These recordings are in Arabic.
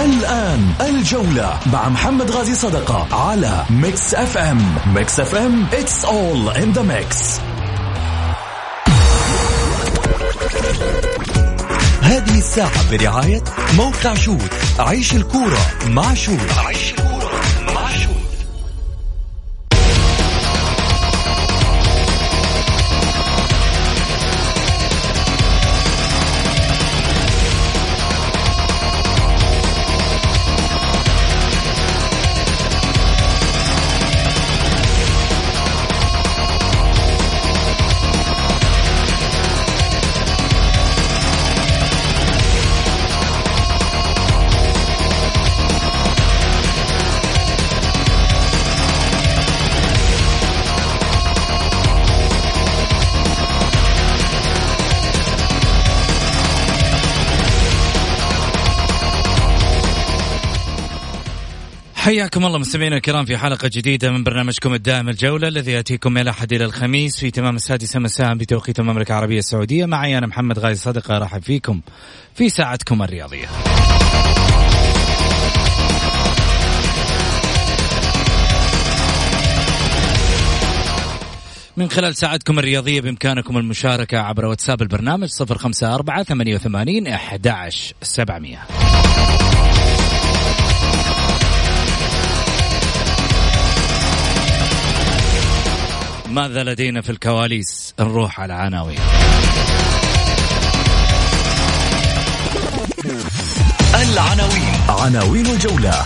الآن الجولة مع محمد غازي صدقة على ميكس اف ام. ميكس اف ام it's all in the mix. هذه الساعة برعاية موقع شوت. عيش الكورة مع شوت. حياكم الله مستمعينا الكرام في حلقة جديدة من برنامجكم الدائم الجولة الذي يأتيكم من الأحد إلى الخميس في تمام 6 مساء بتوقيت المملكة العربية السعودية. معي أنا محمد غازي صدقة، أرحب فيكم في ساعتكم الرياضية. من خلال ساعتكم الرياضية بإمكانكم المشاركة عبر واتساب البرنامج 0548811700. ماذا لدينا في الكواليس؟ نروح على عناوين. عناوين الجولة.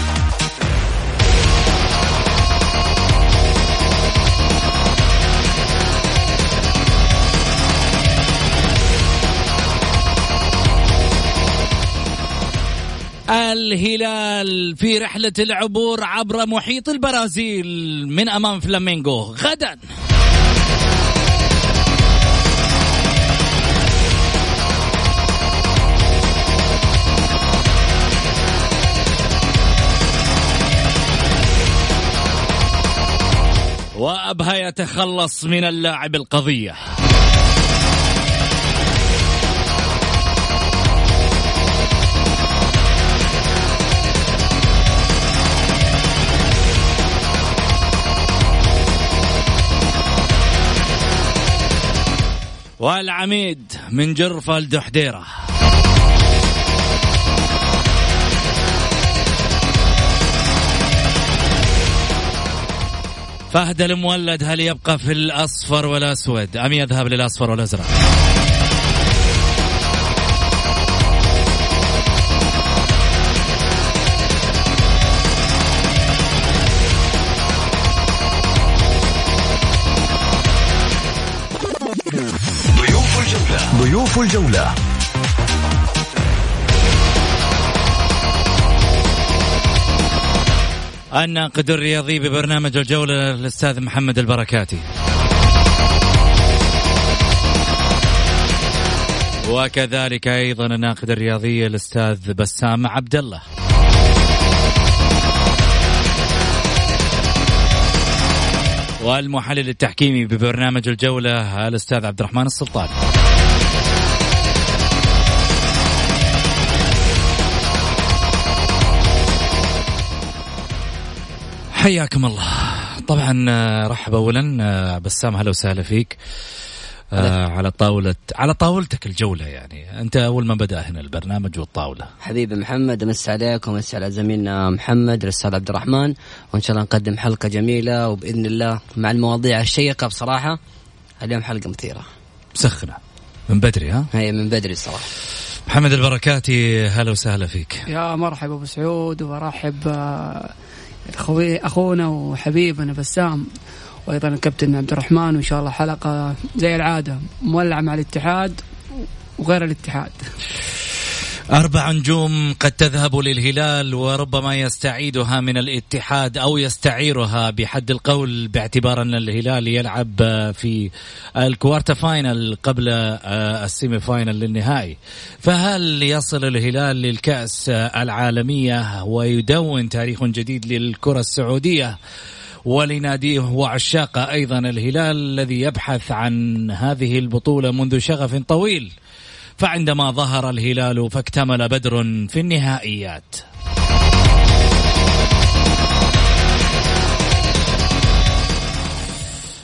الهلال في رحلة العبور عبر محيط البرازيل من أمام فلامينغو غدا. وأبها يتخلص من اللاعب القضية. والعميد من جرفة الدحديرة. فهد المولد هل يبقى في الأصفر والأسود أم يذهب للأصفر والأزرق؟ ضيوف الجولة. الناقد الرياضي ببرنامج الجولة الأستاذ محمد البركاتي، وكذلك أيضا الناقد الرياضي الأستاذ بسام عبد الله. والمحلل التحكيمي ببرنامج الجولة الأستاذ عبد الرحمن السلطان. حياكم الله. طبعا رحب أولا بسام، هلا وسهلا فيك على طاولتك الجولة. يعني أنت أول ما بدأ هنا البرنامج والطاولة. حبيبي محمد، أمس عليكم ومس على زميلنا محمد الأستاذ عبد الرحمن، وإن شاء الله نقدم حلقة جميلة وبإذن الله مع المواضيع الشيقة. بصراحة اليوم حلقة مثيرة مسخنة من بدري. هي من بدري الصراحة. محمد البركاتي هلا وسهلا فيك. يا مرحبا أبو سعود، وأرحب أخونا وحبيبنا بسام، وأيضا الكابتن عبد الرحمن. وإن شاء الله حلقة زي العادة مولعة مع الاتحاد وغير الاتحاد. 4 نجوم قد تذهب للهلال وربما يستعيدها من الاتحاد أو يستعيرها بحد القول، باعتبار أن الهلال يلعب في الكوارتر فاينل قبل السيمي فاينل للنهائي. فهل يصل الهلال للكأس العالمية ويدون تاريخ جديد للكرة السعودية ولناديه وعشاقه أيضا الهلال الذي يبحث عن هذه البطولة منذ شغف طويل؟ فعندما ظهر الهلال فاكتمل بدر في النهائيات.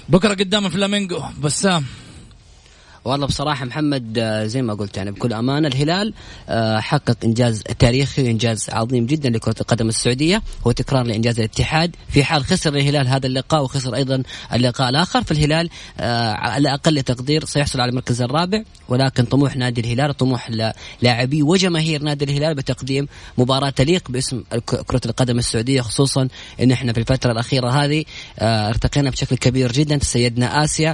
بكرة قدام فلامينغو. بسام. والله بصراحة محمد زي ما قلت يعني بكل أمانة الهلال حقق إنجاز تاريخي وإنجاز عظيم جدا لكرة القدم السعودية، هو تكرار لإنجاز الاتحاد. في حال خسر الهلال هذا اللقاء وخسر أيضا اللقاء الآخر، فالهلال على أقل تقدير سيحصل على المركز الرابع، ولكن طموح نادي الهلال طموح لاعبي وجماهير نادي الهلال بتقديم مباراة تليق باسم كرة القدم السعودية، خصوصا إن إحنا في الفترة الأخيرة هذه ارتقينا بشكل كبير جدا، تسيدنا آسيا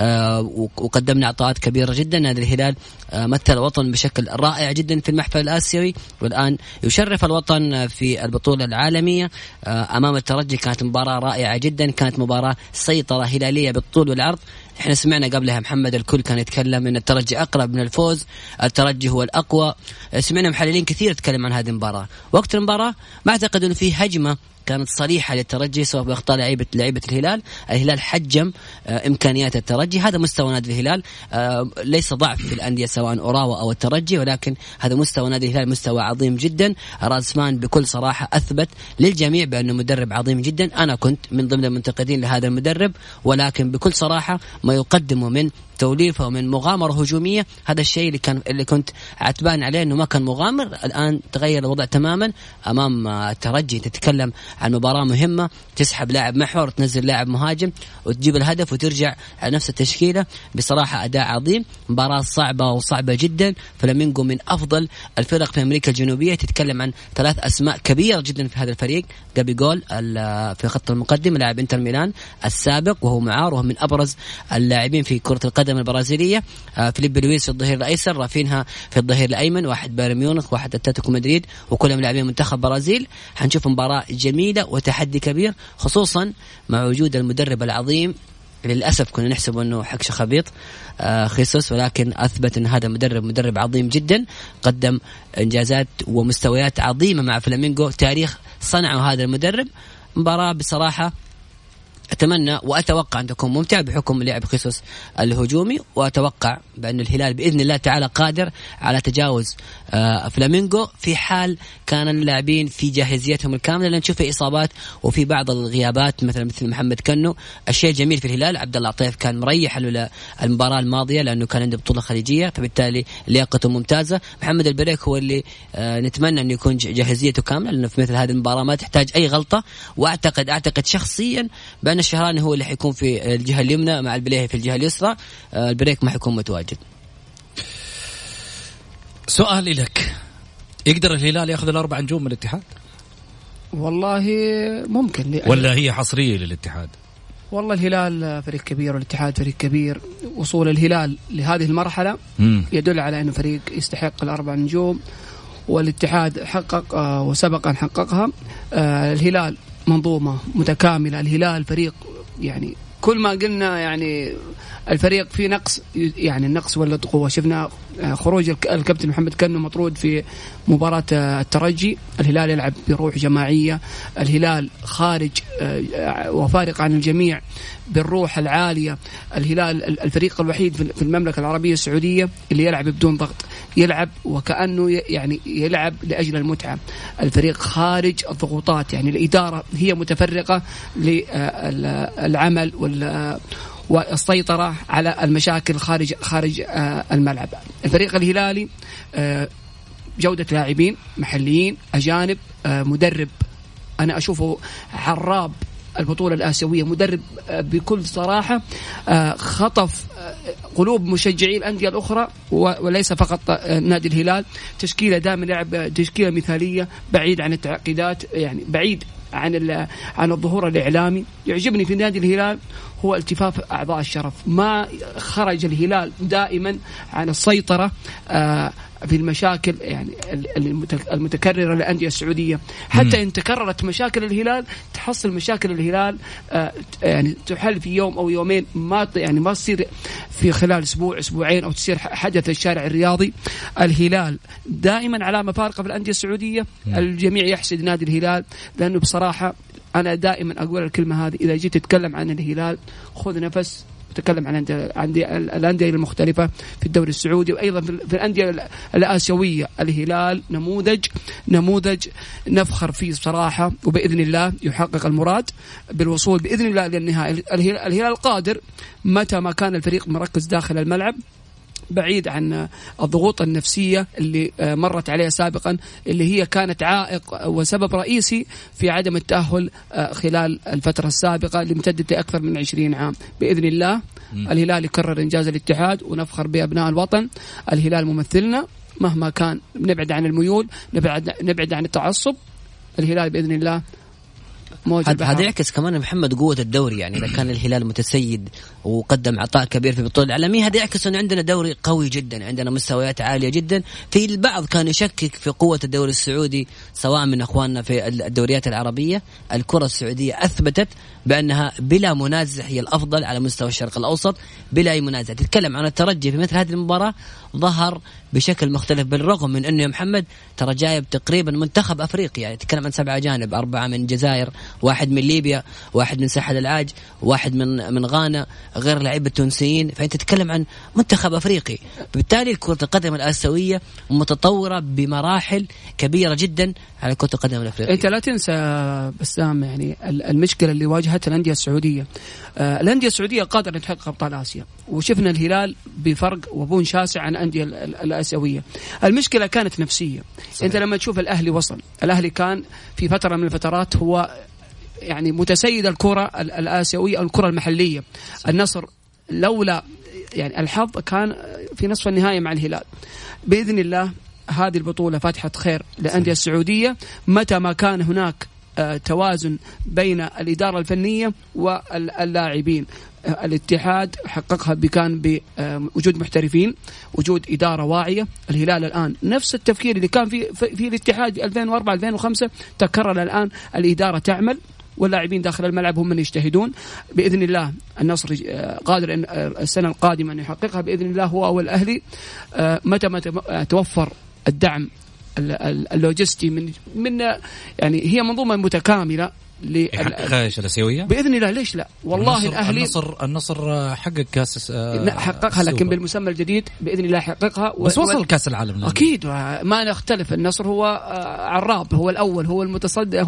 وقدمنا عطاءات كبيرة جدا. نادي الهلال مثل الوطن بشكل رائع جدا في المحفل الآسيوي، والآن يشرف الوطن في البطولة العالمية أمام الترجي. كانت مباراة رائعة جدا، كانت مباراة سيطرة هلالية بالطول والعرض. احنا سمعنا قبلها محمد الكل كان يتكلم ان الترجي اقرب من الفوز، الترجي هو الاقوى. سمعنا محللين كثير يتكلم عن هذه المباراة. وقت المباراة ما اعتقد انه في هجمة كانت صريحة للترجي سواء باخطاء لعيبة الهلال حجم إمكانيات الترجي. هذا مستوى نادي الهلال، ليس ضعف في الأندية سواء أوراوا أو الترجي، ولكن هذا مستوى نادي الهلال مستوى عظيم جدا. رازمان بكل صراحة أثبت للجميع بأنه مدرب عظيم جدا. أنا كنت من ضمن المنتقدين لهذا المدرب، ولكن بكل صراحة ما يقدمه من توليفه ومن مغامرة هجومية، هذا الشيء اللي كنت عتبان عليه انه ما كان مغامر. الان تغير الوضع تماما امام الترجي. تتكلم عن مباراة مهمة، تسحب لاعب محور، تنزل لاعب مهاجم وتجيب الهدف وترجع على نفس التشكيلة. بصراحة اداء عظيم، مباراة صعبة جدا. فلامينغو من افضل الفرق في امريكا الجنوبية. تتكلم عن 3 اسماء كبيرة جدا في هذا الفريق. جابي جول في خط المقدم لاعب انتر ميلان السابق وهو معار، وهو من ابرز اللاعبين في كرة القدم البرازيلية. فيليب لويس في الظهير الايسر، رافينها في الظهير الايمن، واحد بايرن ميونخ، واحد اتلتيكو مدريد، وكلهم لاعبين منتخب برازيل. حنشوف مباراة جميلة وتحدي كبير، خصوصا مع وجود المدرب العظيم. للأسف كنا نحسب أنه حكش خبيط خيسوس، ولكن أثبت أن هذا مدرب عظيم جدا، قدم إنجازات ومستويات عظيمة مع فلامينغو، تاريخ صنعه هذا المدرب. مباراة بصراحة أتمنى وأتوقع أن تكون ممتعة بحكم لعب خيسوس الهجومي، وأتوقع بأن الهلال بإذن الله تعالى قادر على تجاوز فلامينغو في حال كان اللاعبين في جاهزيتهم الكاملة. لأن نشوف إصابات وفي بعض الغيابات مثل محمد كنو. الشيء الجميل في الهلال عبد الله عطيف كان مريح المباراة الماضية لأنه كان عنده بطولة خليجية، فبالتالي لياقته ممتازة. محمد البريك هو اللي نتمنى أن يكون جاهزيته كاملة، لأنه في مثل هذه المباراة ما تحتاج أي غلطة. وأعتقد شخصيا بأن الشهراني هو اللي حيكون في الجهة اليمنى مع البليهي في الجهة اليسرى. البريك ما حيكون متواجد. سؤالي لك، يقدر الهلال يأخذ 4 نجوم من الاتحاد؟ والله ممكن، ولا هي حصرية للاتحاد؟ والله الهلال فريق كبير والاتحاد فريق كبير. وصول الهلال لهذه المرحلة يدل على أنه فريق يستحق 4 نجوم، والاتحاد حقق وسبق أن حققها. الهلال منظومة متكاملة، الهلال فريق يعني كل ما قلنا يعني الفريق فيه نقص، يعني النقص ولا قوة. شفنا خروج الكابتن محمد كنو مطرود في مباراة الترجي. الهلال يلعب بروح جماعية، الهلال خارج وفارق عن الجميع بالروح العالية. الهلال الفريق الوحيد في المملكة العربية السعودية اللي يلعب بدون ضغط، يلعب وكأنه يعني يلعب لأجل المتعة. الفريق خارج الضغوطات، يعني الإدارة هي متفرقة للعمل والسيطرة على المشاكل خارج الملعب. الفريق الهلالي جودة لاعبين محليين أجانب، مدرب أنا أشوفه حراب البطولة الآسيوية، مدرب بكل صراحة خطف قلوب مشجعي الأندية الأخرى وليس فقط نادي الهلال. تشكيلة دائما لعب تشكيلة مثالية، بعيد عن التعقيدات، يعني بعيد عن الظهور الإعلامي. يعجبني في نادي الهلال هو التفاف أعضاء الشرف، ما خرج الهلال دائما عن السيطرة في المشاكل يعني المتكررة للأندية السعودية. حتى إن تكررت مشاكل الهلال تحصل مشاكل الهلال يعني تحل في يوم أو يومين، ما تصير في خلال أسبوع أسبوعين أو تصير حدث الشارع الرياضي. الهلال دائما علامة فارقة في الأندية السعودية. الجميع يحسد نادي الهلال لأنه بصراحة أنا دائما أقول الكلمة هذه، إذا جيت تتكلم عن الهلال خذ نفس تكلم عن الأندية المختلفة في الدوري السعودي وأيضا في الأندية الآسيوية. الهلال نموذج نفخر فيه بصراحة، وبإذن الله يحقق المراد بالوصول بإذن الله للنهائي. الهلال قادر متى ما كان الفريق مركز داخل الملعب بعيد عن الضغوط النفسية اللي مرت عليها سابقا، اللي هي كانت عائق وسبب رئيسي في عدم التأهل خلال الفترة السابقة لمدة أكثر من 20 عام. بإذن الله الهلال يكرر إنجاز الاتحاد ونفخر بأبناء الوطن. الهلال ممثلنا مهما كان، نبعد عن الميول، نبعد عن التعصب. الهلال بإذن الله هذا يعكس كمان محمد قوة الدوري. يعني إذا كان الهلال متسيد وقدم عطاء كبير في البطولة العالمية، هذا يعكس أن عندنا دوري قوي جدا، عندنا مستويات عالية جدا. في البعض كان يشكك في قوة الدوري السعودي سواء من أخواننا في الدوريات العربية. الكرة السعودية أثبتت بأنها بلا منازع هي الأفضل على مستوى الشرق الأوسط بلا أي منازع. تتكلم عن الترجي في مثل هذه المباراة ظهر بشكل مختلف، بالرغم من أنه يا محمد ترى جايب تقريبا منتخب أفريقيا. يعني تتكلم عن 7 أجانب، 4 من الجزائر، 1 من ليبيا، 1 من ساحل العاج، 1 من غانا، غير لعيبة التونسيين. فأنت تتكلم عن منتخب أفريقي. بالتالي كرة القدم الآسيوية متطورة بمراحل كبيرة جدا على كرة القدم الأفريقية. أنت لا تنسى بسام يعني المشكلة اللي واجهتها الأندية السعودية. الأندية السعودية قادرة أن تحقق أبطال آسيا، وشفنا الهلال بفرق وبون شاسع عن الأندية الآسيوية. المشكلة كانت نفسية. صحيح. أنت لما تشوف الأهلي وصل، الأهلي كان في فترة من الفترات هو يعني متسيد الكرة الآسيوية، الكرة المحلية. صحيح. النصر لولا يعني الحظ كان في نصف النهائي مع الهلال. بإذن الله هذه البطولة فاتحة خير للأندية السعودية متى ما كان هناك توازن بين الإدارة الفنية واللاعبين. الاتحاد حققها كان بوجود محترفين، وجود إدارة واعية. الهلال الآن نفس التفكير اللي كان في الاتحاد 2004-2005 تكرر الآن. الإدارة تعمل واللاعبين داخل الملعب هم من يجتهدون. بإذن الله النصر قادر أن السنة القادمة أن يحققها بإذن الله هو أو الأهلي متى ما توفر الدعم اللوجستي من يعني هي منظومة متكاملة يحققها الآسيوية بإذن الله. ليش لا؟ والله الأهلي النصر حقق كاس حققها، لكن بالمسمى الجديد بإذن الله يحققها. بس وصل كاس العالم أكيد ما نختلف. النصر هو عراب، هو الأول، هو المتصدر،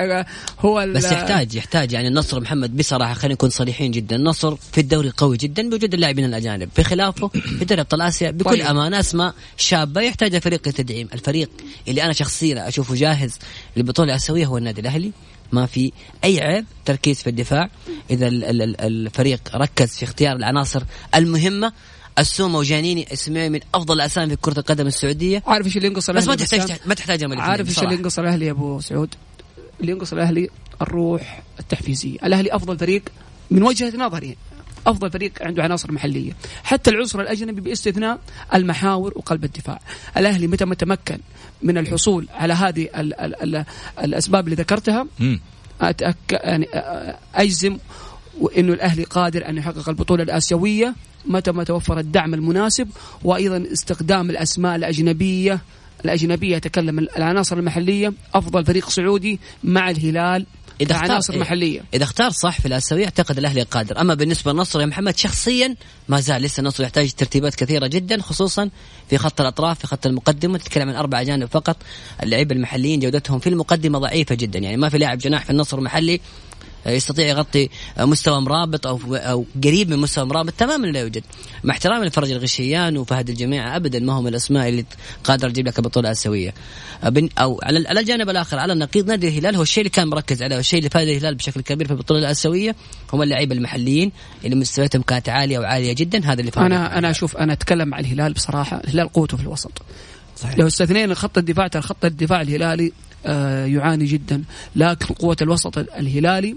هو بس يحتاج يعني النصر محمد بصراحة خلينا نكون صريحين جدا. النصر في الدوري قوي جدا بوجود اللاعبين الأجانب، بخلافه في دوري أبطال آسيا بكل طيب. أمانة أسماء شابة يحتاج فريق تدعيم. الفريق اللي أنا شخصيا أشوفه جاهز للبطولة الآسيوية هو النادي الأهلي. ما في أي عيب تركيز في الدفاع. إذا الفريق ركز في اختيار العناصر المهمة، السومة وجانيني اسمه من أفضل الأسامي في كرة القدم السعودية. عارف إيش اللي ينقص الأهلي؟ بس ما تحتاج عارف إيش اللي ينقص الأهلي يا أبو سعود؟ اللي ينقص الأهلي الروح التحفيزية. الأهلي أفضل فريق من وجهة نظري، أفضل فريق عنده عناصر محلية، حتى العنصر الأجنبي باستثناء المحاور وقلب الدفاع. الأهلي متى ما تمكن من الحصول على هذه الأسباب اللي ذكرتها يعني أجزم وإنه الأهلي قادر أن يحقق البطولة الآسيوية متى ما توفر الدعم المناسب، وأيضا استخدام الأسماء الأجنبية. تكلم العناصر المحلية. أفضل فريق سعودي مع الهلال إذا عناصر محلية. إذا اختار صح في الآسيوية أعتقد الأهلي قادر. أما بالنسبة للنصر يا محمد شخصيا ما زال لسه النصر يحتاج ترتيبات كثيرة جدا، خصوصا في خط الأطراف، في خط المقدمة. تتكلم عن 4 أجانب فقط. اللعيبة المحليين جودتهم في المقدمة ضعيفة جدا، يعني ما في لاعب جناح في النصر محلي يستطيع يغطي مستوى مرابط أو قريب من مستوى مرابط تماما لا يوجد. مع احترامي لفرج الغشيان وفهد الجميع أبدا ما هم الأسماء اللي قادر تجيب لك البطولة الآسيوية. أو على الجانب الآخر على النقيض نادي الهلال هو الشيء اللي كان مركز عليه، والشيء اللي فاد الهلال بشكل كبير في البطولة الآسيوية هم اللاعبين المحليين اللي مستوياتهم كانت عالية وعالية جدا. هذا اللي فاد. أنا أشوف أنا أتكلم عن الهلال بصراحة. الهلال قوته في الوسط. صحيح. لو استثنينا خط الدفاع الهلالي يعاني جدا، لكن قوة الوسط الهلالي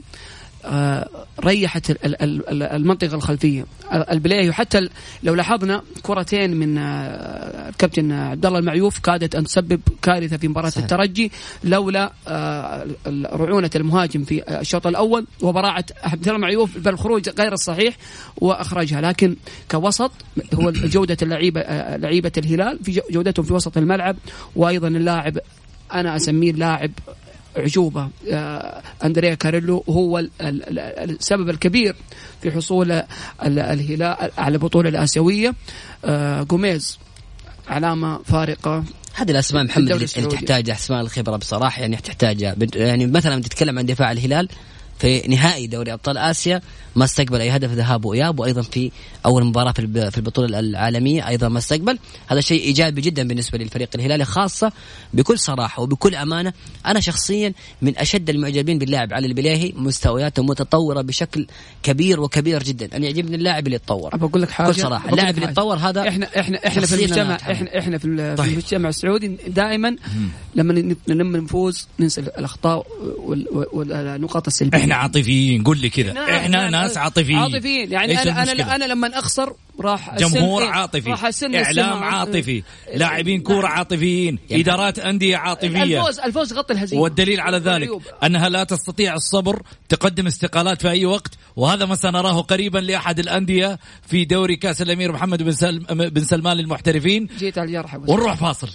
ريحت المنطقة الخلفية البلاي. وحتى لو لاحظنا كرتين من الكابتن عبد الله المعيوف كادت أن تسبب كارثة في مباراة الترجي لولا رعونة المهاجم في الشوط الأول وبراعة عبد الله المعيوف بالخروج غير الصحيح وأخرجها. لكن كوسط هو جودة لعيبة الهلال في جودتهم في وسط الملعب، وأيضا اللاعب أنا أسميه لاعب أعجوبة أندريا كاريلو هو السبب الكبير في حصول الهلال على البطولة الآسيوية. غوميز علامة فارقة. هذه الأسماء محمد اللي تحتاج أسماء الخبرة بصراحة، يعني تحتاج يعني مثلا تتكلم عن دفاع الهلال في نهائي دوري أبطال آسيا ما استقبل أي هدف ذهاب وإياب، وأيضا في أول مباراة في البطولة العالمية أيضا ما استقبل. هذا شيء إيجابي جدا بالنسبة للفريق الهلالي، خاصة بكل صراحة وبكل أمانة. أنا شخصيا من أشد المعجبين باللاعب علي البليهي، مستوياته متطورة بشكل كبير وكبير جدا. أنا يعجبني اللاعب اللي يتطور. بقول لك حاجة، بكل صراحة اللاعب اللي يتطور هذا إحنا في المجتمع، إحنا في المجتمع السعودي دائما لما نفوز ننسى الأخطاء والنقاط السلبية. إحنا عاطفيين، قول لي كذا. إحنا ناس عاطفيين يعني أنا لما أخسر راح جمهور عاطفي، إعلام عاطفي، لاعبين كورة عاطفيين، إدارات أندية عاطفية. الفوز غطى الهزيمة، والدليل على ذلك أنها لا تستطيع الصبر، تقدم استقالات في أي وقت، وهذا ما سنراه قريبا لأحد الأندية في دوري كأس الأمير محمد بن سلمان للمحترفين. جيت على الجرح ونروح فاصل.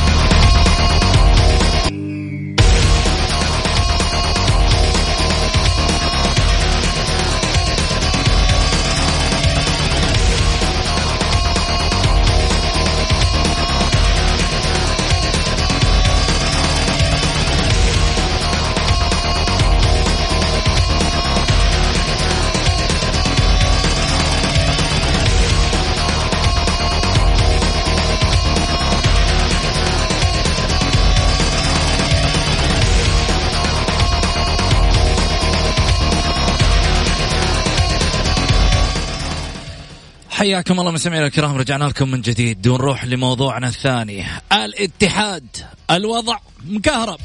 حياكم الله مستمعينا الكرام، رجعنا لكم من جديد ونروح لموضوعنا الثاني. الاتحاد الوضع مكهرب.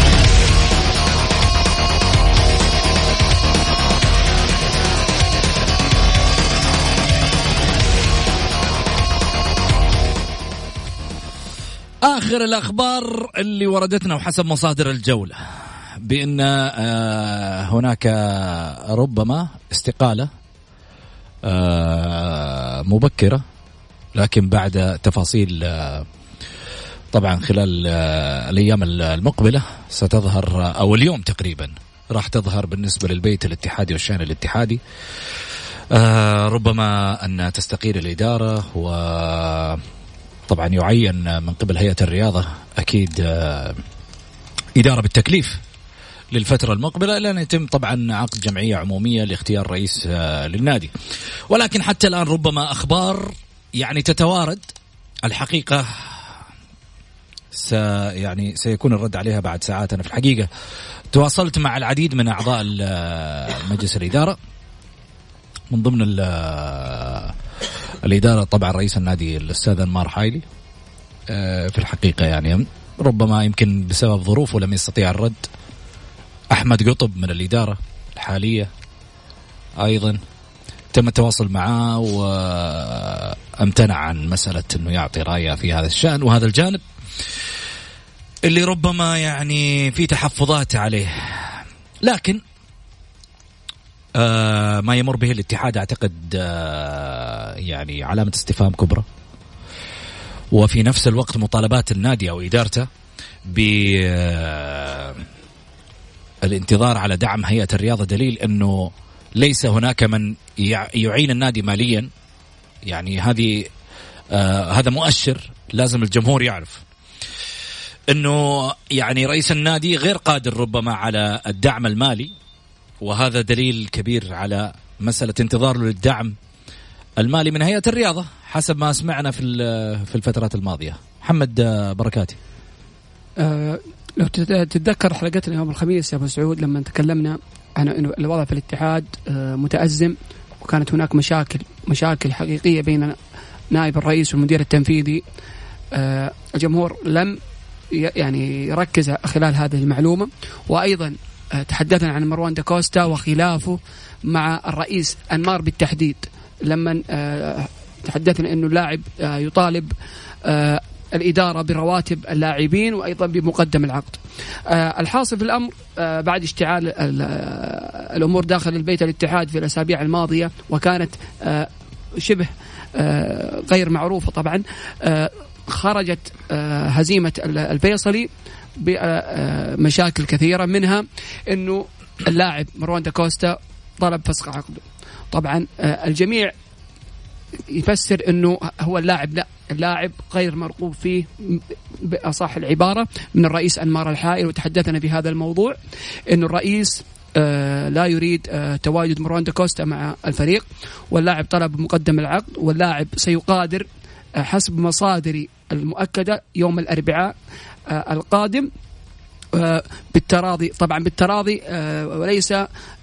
آخر الأخبار اللي وردتنا وحسب مصادر الجولة بأن هناك ربما استقالة مبكرة، لكن بعد تفاصيل طبعا خلال الأيام المقبلة ستظهر، أو اليوم تقريبا راح تظهر بالنسبة للبيت الاتحادي والشأن الاتحادي. ربما أن تستقيل الإدارة، وطبعا يعين من قبل هيئة الرياضة أكيد إدارة بالتكليف للفترة المقبلة، لأن يتم طبعا عقد جمعية عمومية لاختيار رئيس للنادي. ولكن حتى الآن ربما أخبار يعني تتوارد، الحقيقة يعني سيكون الرد عليها بعد ساعات. أنا في الحقيقة تواصلت مع العديد من أعضاء مجلس الإدارة، من ضمن الإدارة طبعا رئيس النادي الأستاذ أنمار حايلي. في الحقيقة يعني ربما يمكن بسبب ظروفه لم يستطيع الرد. أحمد قطب من الإدارة الحالية أيضا تم التواصل معه وامتنع عن مسألة أنه يعطي رأيه في هذا الشأن وهذا الجانب اللي ربما يعني في تحفظات عليه. لكن ما يمر به الاتحاد أعتقد يعني علامة استفهام كبرى، وفي نفس الوقت مطالبات النادي أو إدارته بالانتظار على دعم هيئة الرياضة، دليل أنه ليس هناك من يعين النادي ماليا. يعني هذا مؤشر لازم الجمهور يعرف أنه يعني رئيس النادي غير قادر ربما على الدعم المالي، وهذا دليل كبير على مسألة انتظار للدعم المالي من هيئة الرياضة حسب ما سمعنا في الفترات الماضية. محمد بركاتي، لو تتذكر حلقتنا يوم الخميس يا أبو سعود لما تكلمنا عن أنه الوضع في الاتحاد متأزم، وكانت هناك مشاكل حقيقية بين نائب الرئيس والمدير التنفيذي. الجمهور لم يعني يركز خلال هذه المعلومة، وأيضا تحدثنا عن مروان داكوستا وخلافه مع الرئيس أنمار بالتحديد، لما تحدثنا أنه اللاعب يطالب الإدارة برواتب اللاعبين وأيضا بمقدم العقد. الحاصل في الأمر بعد اشتعال الأمور داخل البيت الاتحاد في الأسابيع الماضية، وكانت شبه غير معروفة طبعا، خرجت هزيمة الفيصلي بمشاكل كثيرة، منها أنه اللاعب مروان داكوستا طلب فسخ عقده. طبعا الجميع يفسر أنه هو اللاعب، لا، اللاعب غير مرغوب فيه بأصح العبارة من الرئيس أنمار الحائري، وتحدثنا في هذا الموضوع أنه الرئيس لا يريد تواجد مروان داكوستا مع الفريق، واللاعب طلب مقدم العقد، واللاعب سيقادر حسب مصادري المؤكدة يوم الأربعاء القادم بالتراضي، طبعا بالتراضي وليس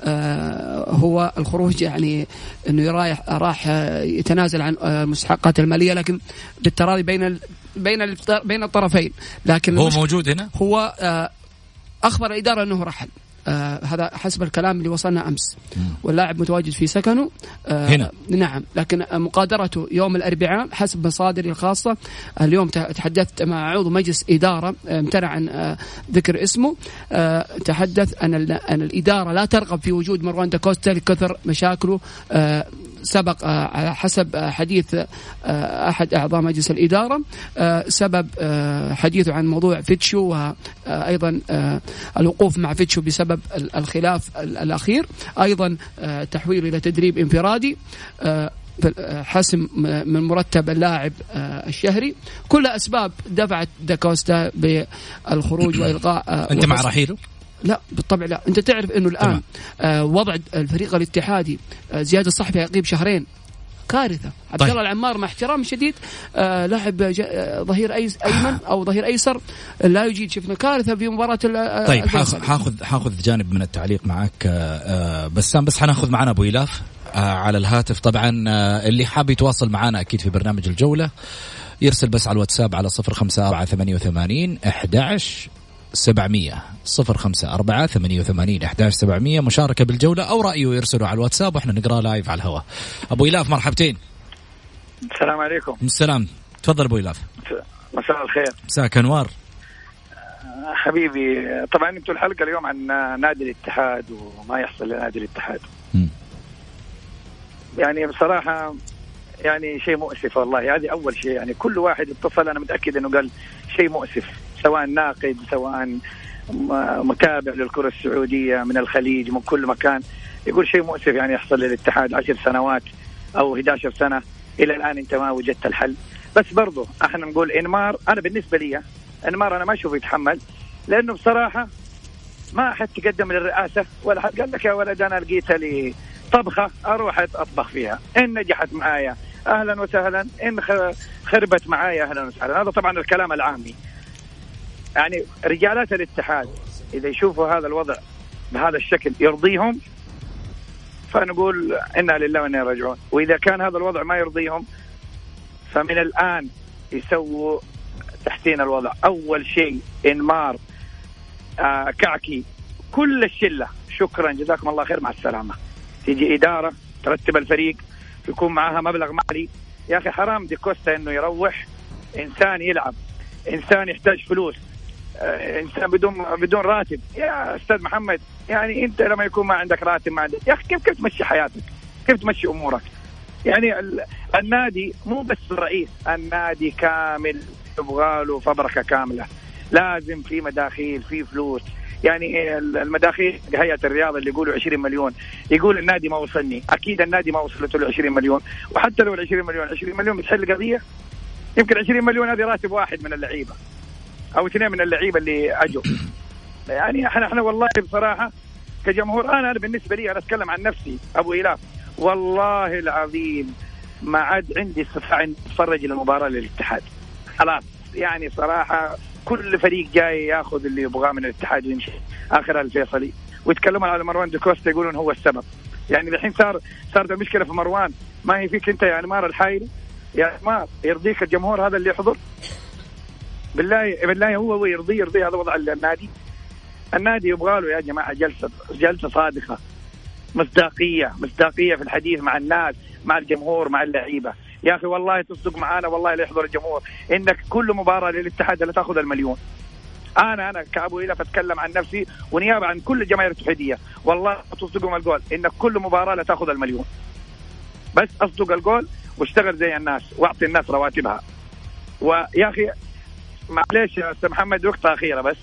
هو الخروج يعني انه راح يتنازل عن المستحقات الماليه، لكن بالتراضي بين الطرفين. لكن هو موجود هنا، هو اخبر الاداره انه رحل، هذا حسب الكلام اللي وصلنا أمس، واللاعب متواجد في سكنه هنا. نعم، لكن مقادرته يوم الأربعاء حسب مصادري الخاصة. اليوم تحدثت مع عضو مجلس إدارة امتنع عن ذكر اسمه، تحدث أن الإدارة لا ترغب في وجود مروان داكوستا لكثر مشاكله. سبق على حسب حديث أحد أعضاء مجلس الإدارة سبب حديثه عن موضوع فيتشو، وأيضا الوقوف مع فيتشو بسبب الخلاف الأخير، أيضا تحويل إلى تدريب انفرادي، حسم من مرتب اللاعب الشهري، كل أسباب دفعت داكوستا بالخروج وإلغاء. أنت مع رحيله؟ لا بالطبع لا. أنت تعرف أنه الآن وضع الفريق الاتحادي زياد الصحفي يغيب شهرين، كارثة. عبد الله العمار مع احترام شديد لاعب ظهير أيمن أو ظهير أيسر لا يجيد، شفنا كارثة في مباراة. طيب حاخذ جانب من التعليق معك بس حناخذ معنا أبو إلاف على الهاتف. طبعا اللي حاب يتواصل معنا أكيد في برنامج الجولة يرسل بس على الواتساب على 0548811700 0548811700 مشاركة بالجولة أو رأيه يرسله على الواتساب وإحنا نقرأ لايف على الهواء. أبو إلاف مرحبتين. السلام عليكم. السلام، تفضل أبو إلاف. مساء الخير. مساء أنوار حبيبي. طبعا انتوا الحلقة اليوم عن نادي الاتحاد وما يحصل لنادي الاتحاد. يعني بصراحة يعني شيء مؤسف والله. هذه أول شيء، يعني كل واحد اتصل أنا متأكد أنه قال شيء مؤسف، سواء ناقد سواء متابع للكرة السعودية من الخليج من كل مكان، يقول شيء مؤسف يعني يحصل للاتحاد 10 سنوات أو 11 سنة إلى الآن أنت ما وجدت الحل. بس برضو احنا نقول إنمار، أنا بالنسبة لي إنمار أنا ما أشوف يتحمل، لأنه بصراحة ما أحد تقدم للرئاسة ولا حد قال لك يا ولد أنا لقيت لي طبخة أروح أطبخ فيها، إن نجحت معايا أهلا وسهلا، إن خربت معايا أهلا وسهلا. هذا طبعا الكلام العامي. يعني رجالات الاتحاد إذا يشوفوا هذا الوضع بهذا الشكل يرضيهم فنقول إنا لله وإنا راجعون، وإذا كان هذا الوضع ما يرضيهم فمن الآن يسووا تحسين الوضع. أول شيء إنمار كعكي كل الشلة شكرا جزاكم الله خير مع السلامة، تيجي إدارة ترتب الفريق يكون معها مبلغ مالي. يا أخي حرام داكوستا إنه يروح إنسان يلعب، إنسان يحتاج فلوس، إنسان بدون راتب. يا أستاذ محمد يعني أنت لما يكون ما عندك راتب ما عندك، يا أخي كيف تمشي حياتك، كيف تمشي أمورك؟ يعني النادي مو بس الرئيس، النادي كامل يبغى له فبركة كاملة، لازم في مداخيل في فلوس. يعني المداخيل هيئة الرياضة اللي يقولوا 20 مليون، يقول النادي ما وصلني، أكيد النادي ما وصلته له 20 مليون، وحتى لو 20 مليون بتحل قضية؟ يمكن 20 مليون هذه راتب واحد من اللعيبة أو 2 من اللعيبة اللي أجوا. يعني احنا والله بصراحة كجمهور، أنا بالنسبة لي أنا أتكلم عن نفسي أبو إلاف، والله العظيم ما عاد عندي استطاعة أن أتفرج المباراة للاتحاد خلاص. يعني صراحة كل فريق جاي ياخذ اللي يبغاه من الاتحاد ويمشي آخر الفيصلي، ويتكلمون على مروان داكوستا يقولون هو السبب. يعني الحين صارت المشكلة في مروان، ما هي فيك أنت يا أنمار الحايري، يا أنمار يرضيك الجمهور هذا اللي يحضر؟ بالله هو يرضي هذا وضع النادي يبغى له يا جماعة جلسة صادقة، مصداقية في الحديث مع الناس مع الجمهور مع اللعيبة. يا أخي والله تصدق معانا والله لا يحضر الجمهور إنك كل مباراة للاتحاد لا تأخذ المليون. أنا كأبو إلاف أتكلم عن نفسي ونيابة عن كل الجماهير الاتحادية، والله تصدقوا القول إنك كل مباراة لا تأخذ المليون. بس أصدق القول واشتغل زي الناس واعطي الناس رواتبها. ويا أخي معليش يا أستاذ محمد نقطة أخيرة بس.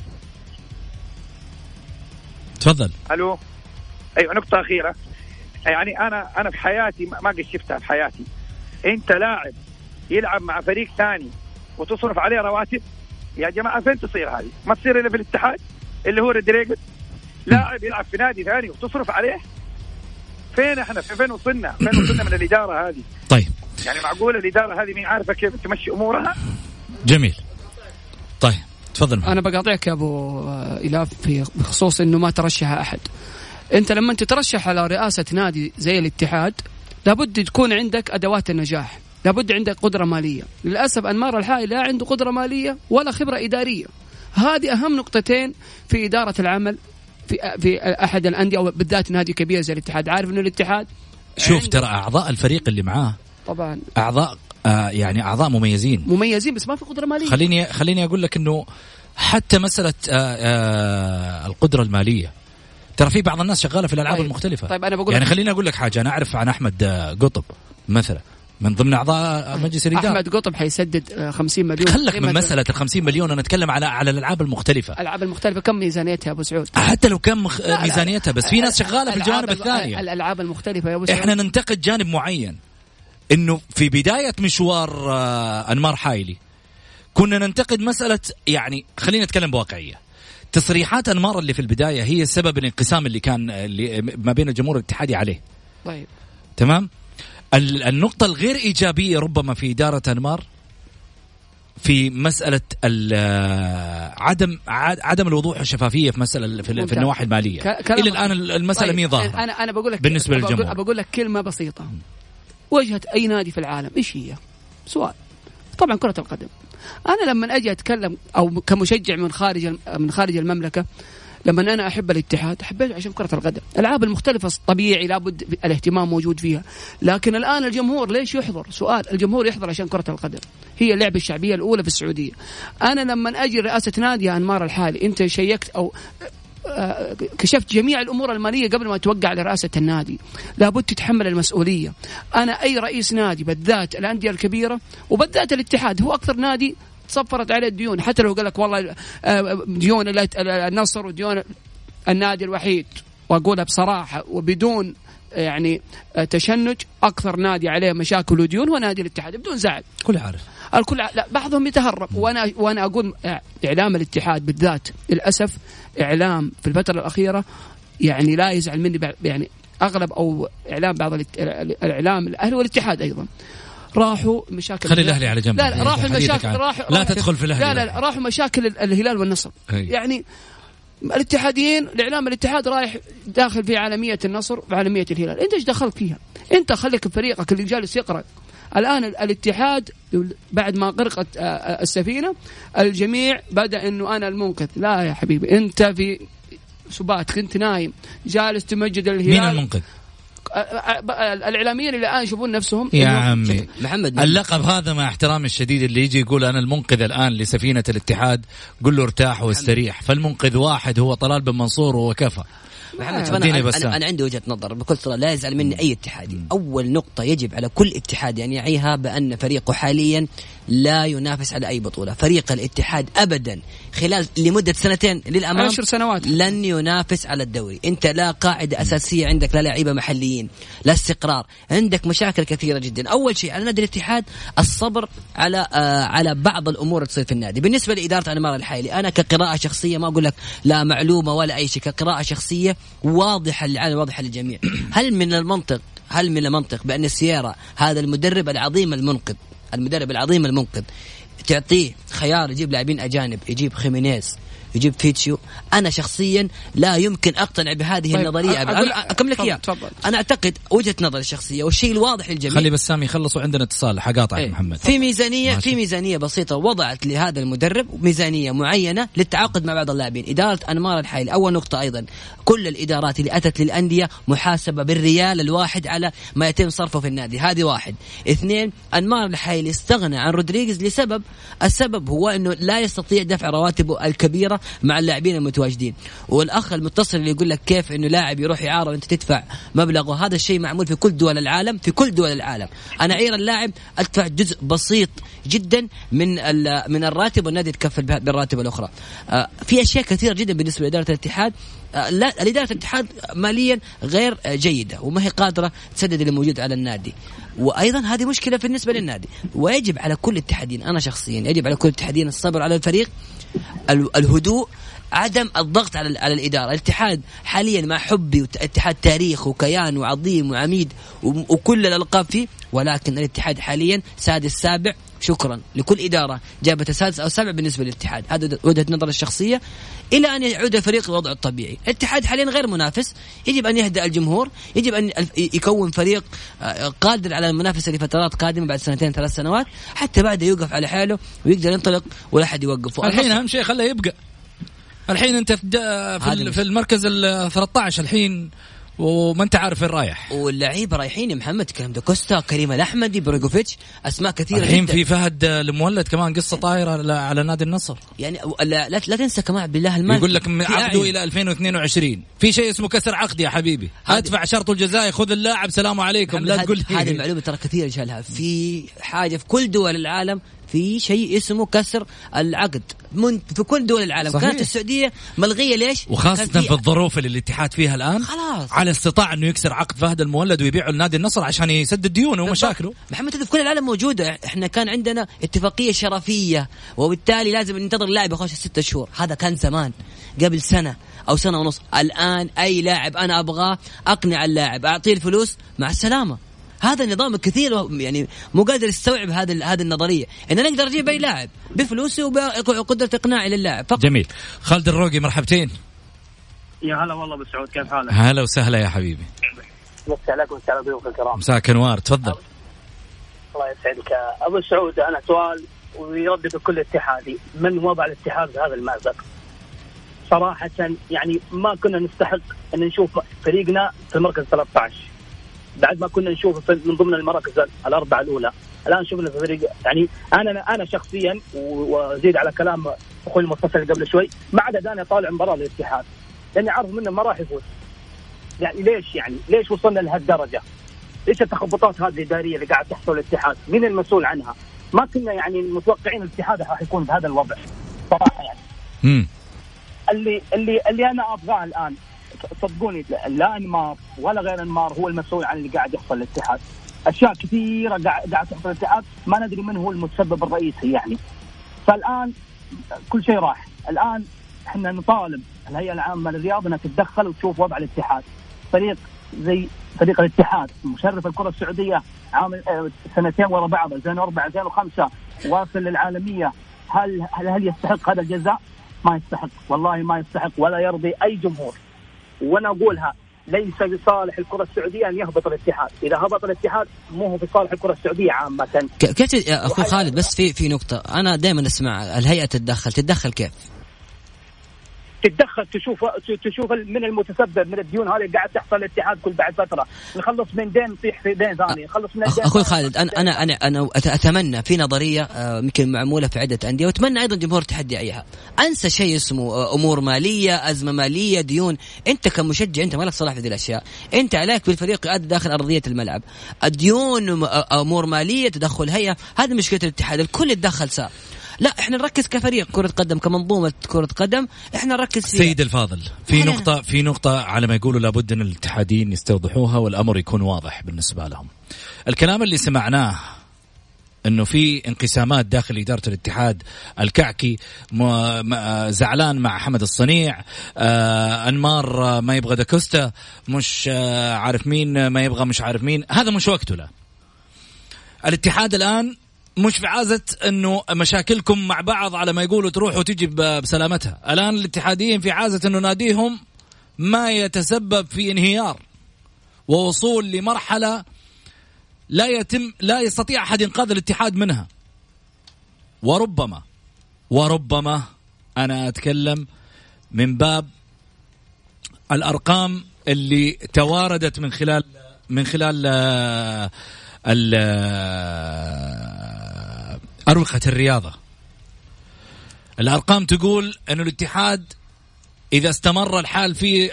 تفضل. ألو. أيوة نقطة أخيرة. يعني أنا في حياتي ما قد شفتها في حياتي. أنت لاعب يلعب مع فريق ثاني وتصرف عليه رواتب. يا جماعة فين تصير هذه؟ ما تصير إلا في الاتحاد اللي هو رودريغيز. لاعب يلعب في نادي ثاني وتصرف عليه. فين احنا فين وصلنا من الإدارة هذه؟ طيب يعني معقولة الإدارة هذه مين عارفة كيف تمشي أمورها؟ جميل. طيب تفضل. أنا بقاطعك يا أبو إلاف في بخصوص إنه ما ترشح أحد. أنت لما تترشح على رئاسة نادي زي الاتحاد لابد تكون عندك أدوات النجاح، لابد عندك قدرة مالية. للأسف أنمار الحائي لا عنده قدرة مالية ولا خبرة إدارية. هذه أهم نقطتين في إدارة العمل في أحد الأندية وبالذات نادي كبير زي الاتحاد. عارف إنه الاتحاد شوف ترى أعضاء الفريق اللي معاه طبعا أعضاء يعني أعضاء مميزين بس ما في قدرة مالية. خليني أقول لك إنه حتى مسألة القدرة المالية ترى في بعض الناس شغالة في الألعاب المختلفة. طيب أنا بقول يعني خليني أقول لك حاجة. أنا أعرف عن أحمد قطب مثلا من ضمن أعضاء مجلس الإدارة. أحمد قطب حيسدد 50 مليون. خلك من مسألة 50 مليون. أنا أتكلم على الألعاب المختلفة. الألعاب المختلفة كم ميزانيتها يا أبو سعود؟ حتى لو كم ميزانيتها بس في ناس شغالة في الجوانب الثانية. الألعاب المختلفة يا أبو سعود. إحنا ننتقد جانب معين إنه في بداية مشوار أنمار حايلي كنا ننتقد مسألة يعني خلينا نتكلم بواقعية. تصريحات أنمار اللي في البداية هي سبب الانقسام اللي كان ما بين الجمهور الاتحادي عليه. طيب تمام. النقطة الغير إيجابية ربما في إدارة أنمار في مسألة عدم الوضوح والشفافية في مسألة في النواحي المالية. إلى الآن المسألة طيب مي ظاهرة. أنا بقول لك بالنسبة للجمهور بقول لك كلمة بسيطة. وجهة أي نادي في العالم إيش هي؟ سؤال. طبعا كرة القدم. أنا لما أجي أتكلم أو كمشجع من خارج المملكة، لما أنا أحب الاتحاد أحبه عشان كرة القدم. الألعاب المختلفة طبيعي لابد الاهتمام موجود فيها، لكن الآن الجمهور ليش يحضر؟ سؤال. الجمهور يحضر عشان كرة القدم، هي اللعبة الشعبية الأولى في السعودية. أنا لما أجي رئاسة نادي أنمار الحالي، أنت شيكت أو كشفت جميع الأمور المالية قبل ما توقع لرئاسة النادي، لابد تتحمل المسؤولية. أنا أي رئيس نادي بالذات الأندية الكبيرة وبالذات الاتحاد هو أكثر نادي تصفرت عليه الديون، حتى لو قال لك والله ديون النصر وديون النادي الوحيد، وأقولها بصراحة وبدون يعني تشنج، أكثر نادي عليه مشاكل وديون هو نادي الاتحاد بدون زعل. كل عارف الكل لا بعضهم يتهرب. وأنا أقول إعلام الاتحاد بالذات للأسف إعلام في الفترة الأخيرة يعني لا يزعل مني، يعني أغلب أو إعلام بعض الإعلام الأهلي والاتحاد أيضا راحوا مشاكل. خلي الأهلي على جنب. لا راحوا المشاكل لا تدخل في الأهلي. لا راحوا مشاكل الهلال والنصر. يعني الاتحاديين الإعلام الاتحاد رايح داخل في عالمية النصر وعالمية الهلال. أنت إيش دخلت فيها؟ أنت خليك فريقك اللي جالس يقرأ. الآن الاتحاد بعد ما غرقت السفينة الجميع بدأ إنه أنا المنقذ. لا يا حبيبي، أنت في سبات كنت نايم جالس تمجد الهلال. مين المنقذ؟ الإعلاميين اللي الآن يشوفون نفسهم يا عمي محمد. اللقب هذا مع احترامي الشديد اللي يجي يقول أنا المنقذ الآن لسفينة الاتحاد، قل له ارتاح واستريح. فالمنقذ واحد هو طلال بن منصور وكفى. محمد أنا عندي وجهة نظر بكل صراحة، لا يزعل مني أي اتحادي. أول نقطة يجب على كل اتحاد أن يعيها بأن فريقه حاليا لا ينافس على أي بطولة. فريق الاتحاد أبدا خلال لمدة 2 للأمام 10 سنوات لن ينافس على الدوري. أنت لا قاعدة أساسية عندك، لا لاعيبة محليين، لا استقرار، عندك مشاكل كثيرة جدا. أول شيء على نادي الاتحاد الصبر على بعض الأمور اللي تصير في النادي. بالنسبة لإدارة أنمار الحالي، أنا كقراءة شخصية ما أقول لك لا معلومة ولا أي شيء، كقراءة شخصية واضحة واضحة للجميع. هل من المنطق بأن السيارة هذا المدرب العظيم المنقذ تعطيه خيار يجيب لاعبين أجانب، يجيب خيمينيز، يجيب فيتشيو؟ أنا شخصيا لا يمكن أقتنع بهذه النظرية. أكملك إياه. أنا أعتقد وجهة نظري الشخصية والشيء الواضح للجميع. خلي بس سامي يخلصوا عندنا اتصال حقاطعك محمد. في ميزانية بسيطة وضعت لهذا المدرب، ميزانية معينة للتعاقد مع بعض اللاعبين. إدارة أنمار الحائل أول نقطة أيضا كل الإدارات اللي أتت للأندية محاسبة بالريال الواحد على ما يتم صرفه في النادي. هذه 1. 2 أنمار الحائل استغنى عن رودريغيز السبب هو أنه لا يستطيع دفع رواتبه الكبيرة مع اللاعبين المتواجدين. والأخ المتصل اللي يقول لك كيف إنه لاعب يروح إعارة وأنت تدفع مبلغ، وهذا الشيء معمول في كل دول العالم، في كل دول العالم. أنا أعير اللاعب أدفع جزء بسيط جدا من الراتب والنادي يتكفل بالراتب الأخرى. في أشياء كثيرة جدا بالنسبة لإدارة الاتحاد. لا، الإدارة الاتحاد ماليا غير جيدة وما هي قادرة تسدد اللي موجود على النادي، وأيضا هذه مشكلة بالنسبة للنادي. ويجب على كل الاتحادين، أنا شخصيا يجب على كل الاتحادين الصبر على الفريق، الهدوء، عدم الضغط على الإدارة. الاتحاد حاليا مع حبي اتحاد تاريخ وكيان وعظيم وعميد وكل الألقاب فيه، ولكن الاتحاد حاليا سادس سابع. شكرا لكل إدارة جابت السادس أو السابع بالنسبة للاتحاد، هذا وجهة نظر الشخصية، إلى أن يعود الفريق لوضعه الطبيعي. الاتحاد حاليا غير منافس، يجب أن يهدأ الجمهور، يجب أن يكون فريق قادر على المنافسة لفترات قادمة بعد 2-3 سنوات، حتى بعد يوقف على حاله ويقدر ينطلق ولا أحد يوقفه. الحين أهم شيء خليه يبقى. الحين أنت في المركز 13 الحين، وما انت عارف وين رايح، واللعيبه رايحين يا محمد. كلام كوستا، كريم الأحمدي، بريغوفيتش، اسماء كثيره الحين في فهد المولد كمان قصه طايره على نادي النصر يعني. لا تنسى كمان بالله المال يقول لك عقده الى 2022. في شيء اسمه كسر عقد يا حبيبي، ادفع شرط الجزائي، خذ اللاعب، سلام عليكم. لا تقول هذه المعلومه ترى كثير جهلها. في حاجه في كل دول العالم في شيء اسمه كسر العقد في كل دول العالم. صحيح. كانت السعودية ملغية ليش؟ وخاصة في الظروف اللي الاتحاد فيها الآن، خلاص على استطاع أنه يكسر عقد فهد المولد ويبيعه لنادي النصر عشان يسدد ديونه ومشاكله. محمد هذا في كل العالم موجودة. احنا كان عندنا اتفاقية شرفية، وبالتالي لازم ننتظر اللاعب يخش 6 شهور. هذا كان زمان قبل سنة أو سنة ونص. الآن أي لاعب أنا أبغاه أقنع اللاعب، أعطيه الفلوس، مع السلامة. هذا النظام كثير يعني مو قادر يستوعب هذه النظرية، إن أنا أقدر أجيب أي لاعب بفلوسي وقدرة إقناعي للاعب فقط. جميل. خالد الروقي، مرحبتين. يا هلا والله بسعود، كيف حالك؟ هلا وسهلا يا حبيبي. مساء عليكم وسهلا بكم الكرام. مساك انوار، تفضل. الله يسعدك أبو سعود. أنا سؤال ويردد كل اتحادي، من وضع الاتحاد بهذا المأزق؟ صراحة يعني ما كنا نستحق أن نشوف فريقنا في المركز 13 بعد ما كنا نشوفه من ضمن المراكز 4 الأولى. الآن شوفنا في فريق يعني أنا شخصيا، وزيد على كلام أخوي المتصل قبل شوي، ما عدا أنا طالع مباراة للاتحاد لأني عارف منه ما راح يفوز. يعني ليش وصلنا لهالدرجة؟ ليش التخبطات هذه الإدارية اللي قاعد تحصل الاتحاد؟ مين المسؤول عنها؟ ما كنا يعني متوقعين الاتحاد راح يكون بهذا الوضع صراحة يعني. اللي أنا أبغاه الآن، صدقوني، لا انمار ولا غير انمار هو المسؤول عن اللي قاعد يحصل للاتحاد. اشياء كثيره قاعد تحصل للاتحاد ما ندري من هو المتسبب الرئيسي يعني. فالان كل شيء راح. الان احنا نطالب الهيئه العامه للرياضه انها تتدخل وتشوف وضع الاتحاد. فريق زي فريق الاتحاد مشرف الكره السعوديه عام 2 ورا بعض، 2004 2005 واصل للعالميه. هل يستحق هذا الجزاء؟ ما يستحق، والله ما يستحق ولا يرضي اي جمهور. وانا اقولها ليس بصالح الكره السعوديه ان يهبط الاتحاد. اذا هبط الاتحاد مو هو بصالح الكره السعوديه عامه. كيف يا اخوي خالد؟ بس في نقطه انا دائما اسمع الهيئه تتدخل كيف؟ تتدخل تشوف من المتسبب من الديون هذه قاعد تحصل الاتحاد. كل بعد فتره نخلص من دين نطيح في دين ثاني، نخلص من الدين. اخوي خالد انا اتمنى في نظريه يمكن معموله في عده انديه، واتمنى ايضا جمهور الاتحاد يعيها. انسى شيء اسمه امور ماليه، ازمه ماليه، ديون. انت كمشجع انت ما لك صلاح في هذه الاشياء. انت عليك بالفريق يؤدي داخل ارضيه الملعب. الديون، امور ماليه، تدخل هيئه، هذه مشكله الاتحاد. الكل يتدخل ساعة. لا احنا نركز كفريق كرة قدم، كمنظومة كرة قدم احنا نركز فيها. سيد الفاضل، في نقطة على ما يقولوا لابد ان الاتحادين يستوضحوها والامر يكون واضح بالنسبة لهم. الكلام اللي سمعناه انه في انقسامات داخل إدارة الاتحاد، الكعكي زعلان مع حمد الصنيع، انمار ما يبغى داكوستا، مش عارف مين ما يبغى، مش عارف مين. هذا مش وقته. لا، الاتحاد الآن مش في عازة انه مشاكلكم مع بعض على ما يقولوا تروح وتجي بسلامتها. الان الاتحاديين في عازة انه ناديهم ما يتسبب في انهيار ووصول لمرحلة لا يستطيع احد انقاذ الاتحاد منها. وربما انا اتكلم من باب الارقام اللي تواردت من خلال أروقة الرياضة. الأرقام تقول أنه الاتحاد إذا استمر الحال فيه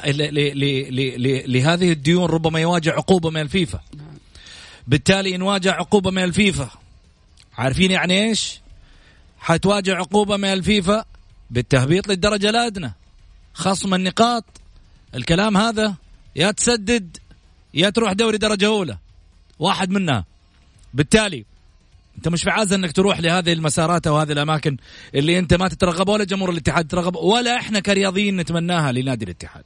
لهذه الديون ربما يواجه عقوبة من الفيفا. بالتالي إن واجه عقوبة من الفيفا، عارفين يعني إيش؟ حتواجه عقوبة من الفيفا بالتهبيط للدرجة الأدنى، خصم النقاط. الكلام هذا يا تسدد يا تروح دوري درجة أولى، واحد منها. بالتالي أنت مش في عازة أنك تروح لهذه المسارات أو هذه الأماكن اللي أنت ما تترغب ولا جمهور الاتحاد ترغب ولا إحنا كرياضيين نتمناها لنادي الاتحاد.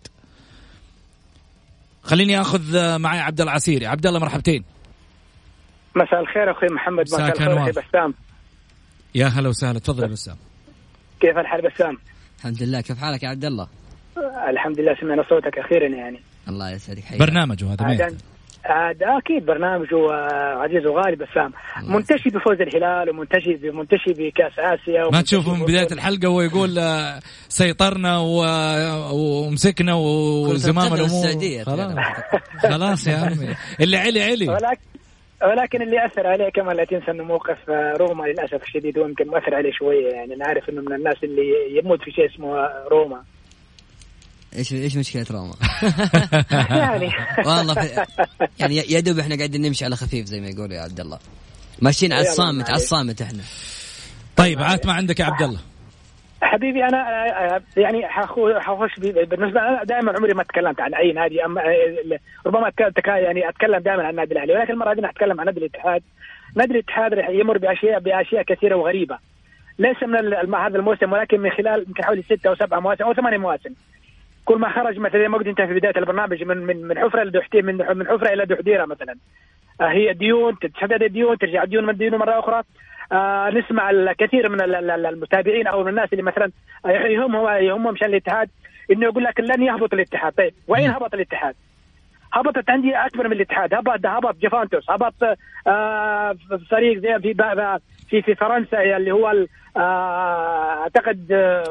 خليني أخذ معي عبد الله العسيري. عبد الله مرحبتين. مساء الخير أخوي محمد. مساء الخير أخوي بسام. يا هلا وسهلا. تفضل يا بسام. كيف الحال بسام؟ الحمد لله. كيف حالك يا عبد الله؟ الحمد لله، سمعنا صوتك أخيرا يعني. الله يسعدك. حياتي برنامجه هذا أكيد برنامجه عزيز وغالي بسام. منتشي بفوز الهلال ومنتشي بكأس آسيا. ما تشوفه من بداية الحلقة ويقول سيطرنا ومسكنا وزمام الأمور. خلاص يا عمي اللي علي. ولكن اللي أثر عليه كمان لا تنسى أنه موقف روما للأسف الشديد ويمكن مؤثر عليه شوية. يعني نعرف أنه من الناس اللي يموت في شيء اسمه روما. ايش مشكلة روما؟ يعني والله يعني يا دوب احنا قاعدين نمشي على خفيف زي ما يقولوا يا عبد الله، ماشيين على الصامت احنا. طيب عاد ما عندك يا عبد الله؟ حبيبي انا يعني حخش بالنسبه انا دائما عمري ما تكلمت عن اي نادي، اما ربما يعني اتكلم دائما عن النادي الاهلي، ولكن المره دي اتكلم عن نادي الاتحاد. نادي الاتحاد رح يمر باشياء كثيره وغريبه، ليس من هذا الموسم ولكن من خلال يمكن حوالي 6 أو 7 مواسم أو 8 مواسم. كل ما خرج مثلا ما قلت انت في بدايه البرنامج من حفره لدحتير، من حفره الى دحديره مثلا، هي ديون تتسدد الديون ترجع الديون من الديون مره اخرى. نسمع الكثير من المتابعين او من الناس اللي مثلا يهمهم مشان الاتحاد انه يقول لك لن يهبط الاتحاد. طيب وين هبط الاتحاد؟ هبطت عندي اكبر من الاتحاد، هبط جوفانتوس، هبط فريق زي في فرنسا اللي هو اعتقد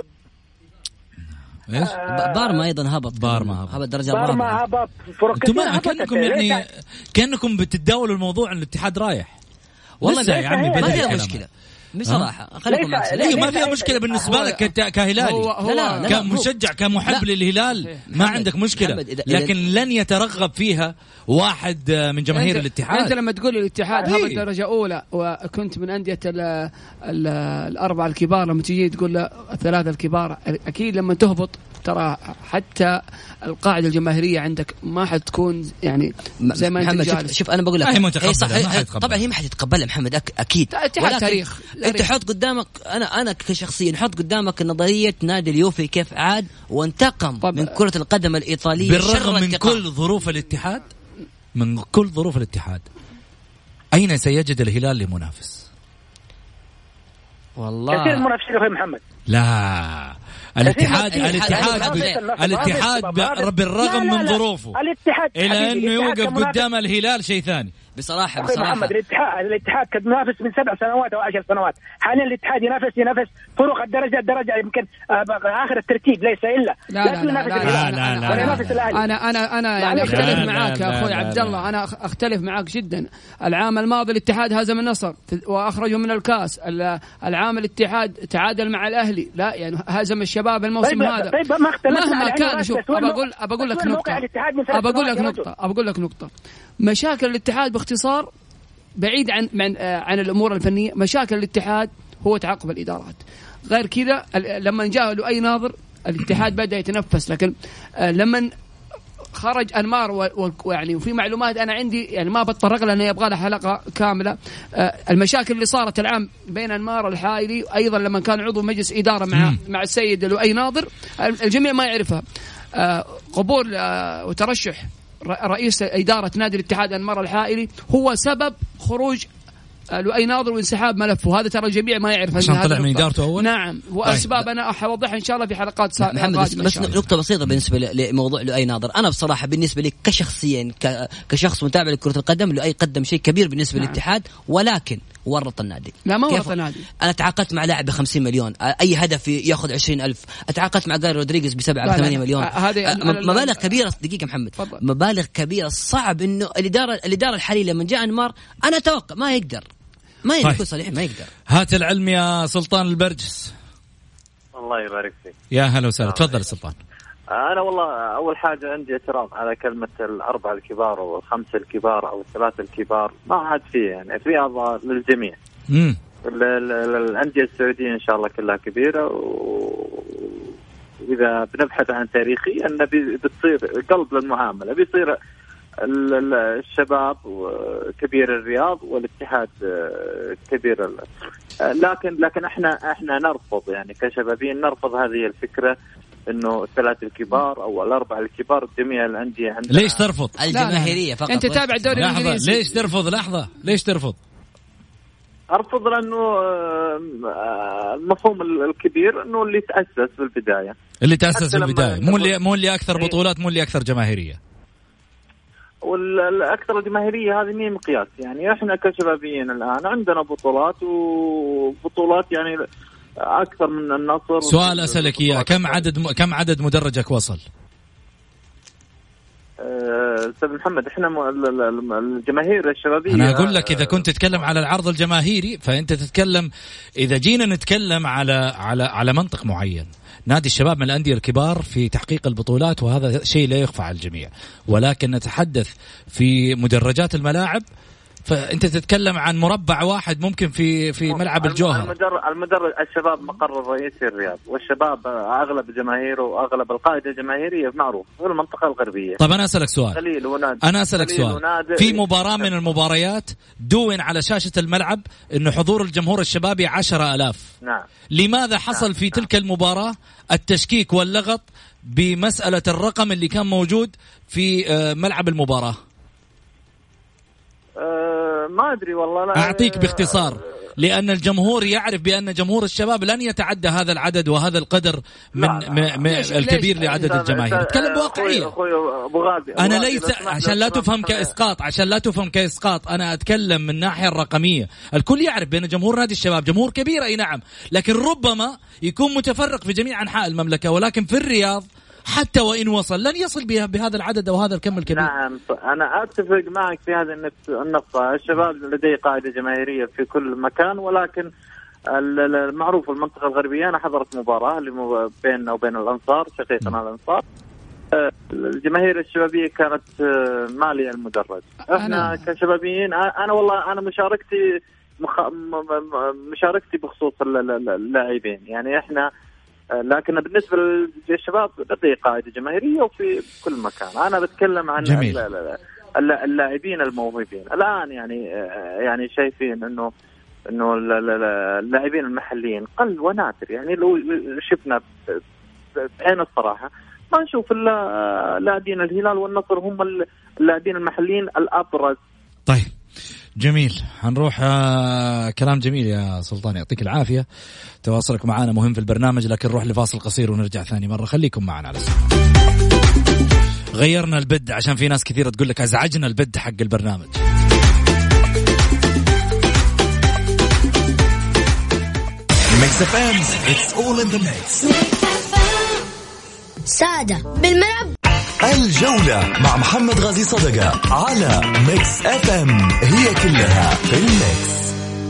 بارما ايضا هبط. هبط درجه رابعه. بارما هبط. كأنكم يعني كأنكم بتتداولوا الموضوع ان الاتحاد رايح. والله يا عمي ما فيها مشكله بصراحه. خليكم ما فيها مشكله بالنسبه لك كهلالي. لا كمشجع كمحب للهلال ما عندك مشكله، لكن لن يترغب فيها واحد من جماهير الاتحاد. انت لما تقول الاتحاد هبط درجه اولى وكنت من انديه الاربعه الكبار، لما تيجي تقول الثلاثه الكبار، اكيد لما تهبط ترى حتى القاعده الجماهيريه عندك ما حتكون يعني زي ما انت جالس. شوف انا بقول لك طبعا هي ما حتتقبلها محمد اكيد. اتحاد تاريخ. انت حط قدامك انا كشخصيا حط قدامك نظريه نادي اليوفي كيف عاد وانتقم من كره القدم الايطاليه بالرغم من كل ظروف الاتحاد. من كل ظروف الاتحاد اين سيجد الهلال لمنافس؟ والله كثير منافسين يا محمد. لا الاتحاد بالرغم من ظروفه إلى أنه يوقف قدام الهلال شيء ثاني. بصراحة محمد الاتحاد كان منافس من 7 سنوات أو 10 سنوات. حاليا الاتحاد ينافس فروق الدرجة يمكن آخر الترتيب ليس إلا. لا أنا يعني أختلف معاك يا أخوي عبد الله. أنا أختلف معاك جدا. العام الماضي الاتحاد هزم النصر وأخرجه من الكاس. العام الاتحاد تعادل مع الأهلي، لا يعني هزم الشباب الموسم هذا. مهما كان شوف أبقول لك نقطة. مشاكل الاتحاد باختصار بعيد عن الأمور الفنية. مشاكل الاتحاد هو تعاقب الإدارات. غير كذا لما جاء له أي ناظر الاتحاد بدأ يتنفس، لكن لما خرج أنمار ويعني وفي معلومات أنا عندي يعني ما بتطرق لها، يبغى لها حلقة كاملة. المشاكل اللي صارت العام بين أنمار الحائلي أيضا لما كان عضو مجلس إدارة مع السيد لؤي ناظر، الجميع ما يعرفها. قبول وترشح رئيس إدارة نادي الاتحاد أنمار الحائلي هو سبب خروج لؤي ناظر وانسحاب ملفه. هذا ترى الجميع ما يعرف. عشان طلع من إدارته أول. نعم وأسباب طيب. أنا أوضحها إن شاء الله في حلقات محمد بس نقطة بسيطة بالنسبة لموضوع لؤي ناظر. أنا بصراحة بالنسبة لي كشخصيا كشخص متابع لكرة القدم، لؤي قدم شيء كبير بالنسبة للاتحاد، ولكن ورط النادي. لا ما ورط النادي. أنا تعاقدت مع لاعب ب50 مليون، أي هدف يأخذ 20,000. أتعاقدت مع جاري رودريغيز ب7 ب8 مليون. مبالغ كبيرة. دقيقة محمد فضل. مبالغ كبيرة. صعب إنه الإدارة الحالية لما جاء أنمار أنا أتوقع ما يقدر. ما يكون صريح، ما يقدر. هات العلم يا سلطان البرجس. الله يبارك فيك. يا هلا وسهلا. تفضل سلطان. أنا والله أول حاجة عندي اعتراض على كلمة الأربعة الكبار أو الخمسة الكبار أو الثلاثة الكبار. ما عاد فيه يعني الرياضة للجميع. الأندية السعودية إن شاء الله كلها كبيرة، وإذا بنبحث عن تاريخيا أن بتصير قلب للمعاملة، بيصير الشباب كبير الرياض والاتحاد كبير. لكن احنا نرفض يعني كشبابين نرفض هذه الفكرة انه الثلاث الكبار او الاربع الكبار جميع الانديه عندنا. ليش ترفض؟ الجماهيريه فقط. انت تابع الدوري الانجليزي. ليش ترفض؟ لحظه، ليش ترفض؟ ارفض لانه المفهوم الكبير انه اللي تاسس في البدايه، مو اللي اكثر بطولات، مو اللي اكثر جماهيريه. والأكثر الجماهيرية هذه مين مقياس؟ يعني إحنا كشبابيين الآن عندنا بطولات يعني أكثر من النصر. سؤال أسألك إياه، كم عدد مدرجك وصل؟ أستاذ محمد، إحنا الجماهير الشبابية. أنا أقول لك إذا كنت تتكلم على العرض الجماهيري فأنت تتكلم، إذا جينا نتكلم على منطق معين، نادي الشباب من الأندية الكبار في تحقيق البطولات، وهذا شيء لا يخفى على الجميع، ولكن نتحدث في مدرجات الملاعب فأنت تتكلم عن مربع واحد ممكن في ملعب الجوهر. المدرج الشباب مقر الرئيسي الرياض، والشباب أغلب جماهيره وأغلب القاعدة الجماهيرية معروف في المنطقة الغربية. طب أنا أسألك سؤال، في مباراة من المباريات دون على شاشة الملعب إنه حضور الجمهور الشبابي 10,000. نعم. لماذا حصل في تلك المباراة التشكيك واللغط بمسألة الرقم اللي كان موجود في ملعب المباراة؟ ما أدري والله. لا أعطيك باختصار، لأن الجمهور يعرف بأن جمهور الشباب لن يتعدى هذا العدد وهذا القدر من الكبير لعدد الجماهير. أتكلم بواقعية. أنا ليس عشان لا تفهم كإسقاط، أنا أتكلم من الناحية الرقمية. الكل يعرف بأن جمهور نادي الشباب جمهور كبير، أي نعم، لكن ربما يكون متفرق في جميع أنحاء المملكة، ولكن في الرياض حتى وإن وصل لن يصل بهذا العدد أو هذا الكم الكبير. نعم، أنا أتفق معك في هذا النقطة. الشباب لديه قاعدة جماهيرية في كل مكان، ولكن المعروف المنطقة الغربية أنا حضرت مباراة بيننا وبين الأنصار، شقيقنا الأنصار. الجماهير الشبابية كانت مالية المدرج. احنا كشبابيين أنا والله أنا مشاركتي بخصوص اللاعبين يعني احنا، لكن بالنسبة للشباب لديه قاعدة جماهيرية وفي كل مكان. أنا بتكلم عن اللاعبين الموهوبين الآن، يعني شايفين إنه اللاعبين المحليين قل ونادر. يعني لو شفنا بعين الصراحة ما نشوف إلا لاعبين الهلال والنصر هم اللاعبين المحليين الأبرز. طيب جميل، هنروح كلام جميل يا سلطان، يعطيك العافية. تواصلك معنا مهم في البرنامج، لكن نروح لفاصل قصير ونرجع ثاني مرة. خليكم معنا على غيرنا البد عشان في ناس كثيرة تقول لك أزعجنا البد حق البرنامج. Mix FM, it's all in the mix. سادة بالملعب. الجولة مع محمد غازي صدقة على ميكس اف ام، هي كلها في الميكس.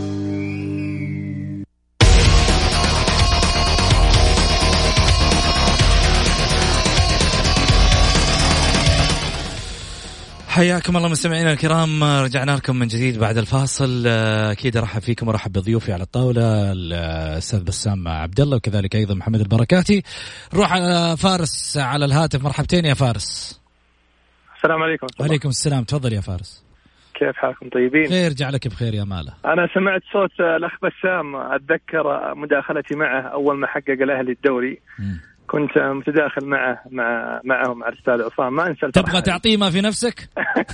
حياكم الله مستمعينا الكرام، رجعنا لكم من جديد بعد الفاصل. اكيد ارحب فيكم وارحب بضيوفي على الطاوله، الاستاذ بسام عبد الله وكذلك ايضا محمد البركاتي. نروح على فارس على الهاتف. مرحبتين يا فارس. السلام عليكم. وعليكم السلام، تفضل يا فارس. كيف حالكم؟ طيبين؟ خير، جعلك بخير يا ماله. انا سمعت صوت الاخ بسام، اتذكر مداخلتي معه اول ما حقق الاهلي الدوري. كنت متداخل معه مع الأستاذ عصام، ما انسى. تبغى تعطيه ما في نفسك؟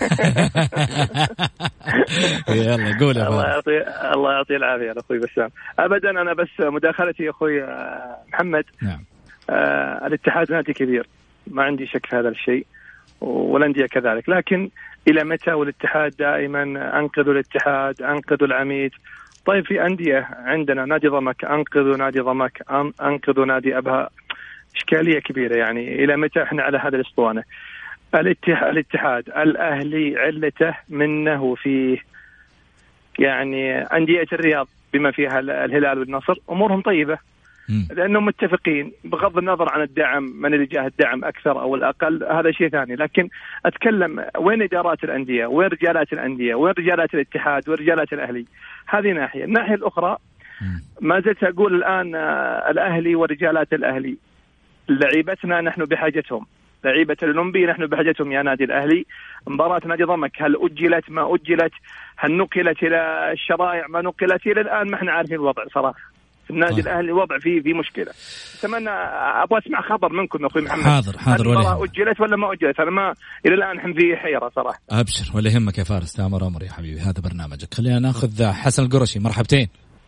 يلا قول يا الله يعطيه العافية يا أخوي بسام. أبدا، أنا بس مداخلتي يا أخوي محمد. نعم. الاتحاد نادي كبير، ما عندي شك في هذا الشيء، والأندية كذلك، لكن إلى متى؟ والاتحاد دائما أنقذوا الاتحاد، أنقذوا العميد. طيب في أندية عندنا نادي ضمك، أنقذوا نادي ضمك، أنقذوا نادي أبها. إشكالية كبيرة، يعني إلى متى إحنا على هذا الأسطوانة؟ الاتحاد الأهلي علته منه فيه، يعني أندية الرياض بما فيها الهلال والنصر أمورهم طيبة، لأنهم متفقين بغض النظر عن الدعم، من اللي جاه الدعم أكثر أو الأقل هذا شيء ثاني. لكن أتكلم وين إدارات الأندية، وين رجالات الأندية، وين رجالات الاتحاد، وين رجالات الأهلي. هذه ناحية. الناحية الأخرى ما زلت أقول الآن الأهلي ورجالات الأهلي لعيبتنا نحن بحاجتهم، لعيبة الأولمبي نحن بحاجتهم يا نادي الأهلي. مباراة نادي ضمك هل أجلت ما أجلت، هل نقلت إلى الشرائع ما نقلت، إلى الآن ما احنا عارفين الوضع صراحة في النادي الأهلي. الوضع فيه مشكلة. أتمنى أبغى أسمع خبر منكم أخوي محمد. حاضر المباراة أجلت ولا ما أجلت؟ أنا ما إلى الآن نحن في حيرة صراحة. أبشر ولا يهمك يا فارس، تامر أمر يا حبيبي، هذا برنامجك. خلينا ناخذ حسن القرشي. مرحبتين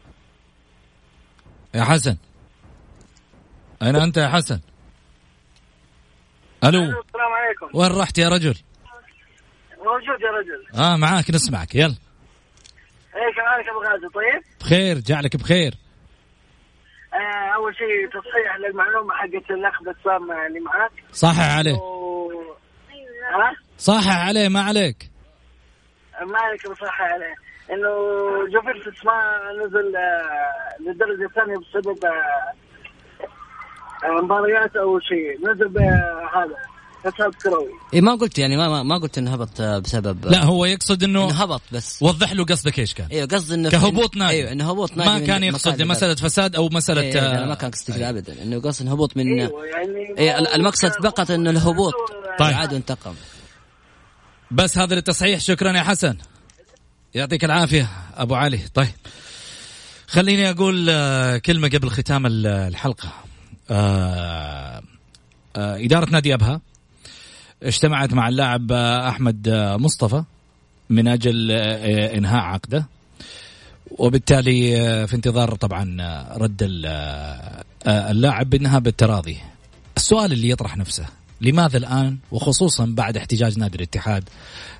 يا حسن. أين أنت يا حسن؟ ألو. السلام عليكم. وين رحت يا رجل؟ موجود يا رجل. معاك نسمعك يلا. ايش حالك ابو غازي؟ طيب بخير، جعلك بخير. اول شيء تصحيح للمعلومه حقت الاخ بسام اللي معاك. صحح عليه. صحح عليه، ما عليك. ما عليك بصحح عليه انه جوفيرتس ما نزل للدرجه الثانيه بسبب مباريات او شيء، نزل بهذا حساب كروي. إيه ما قلت يعني ما قلت انه هبط بسبب. لا هو يقصد انه هبط، بس وضح له قصدك ايش كان. ايوه قصد انه كهبوط نادي. ايوه انه هبوط نادي، ما كان يقصد مسألة فساد او مسألة. أيوة ما كان قصدي ابدا انه قصد انه هبوط من. أيوة يعني أيوة المقصد فقط انه الهبوط. طيب عاد انتقم. بس هذا للتصحيح. شكرا يا حسن، يعطيك العافية أبو علي. طيب خليني أقول كلمة قبل ختام الحلقة. إدارة نادي أبها اجتمعت مع اللاعب أحمد مصطفى من أجل إنهاء عقده، وبالتالي في انتظار طبعا رد اللاعب بأنها بالتراضي. السؤال اللي يطرح نفسه، لماذا الآن وخصوصا بعد احتجاج نادي الاتحاد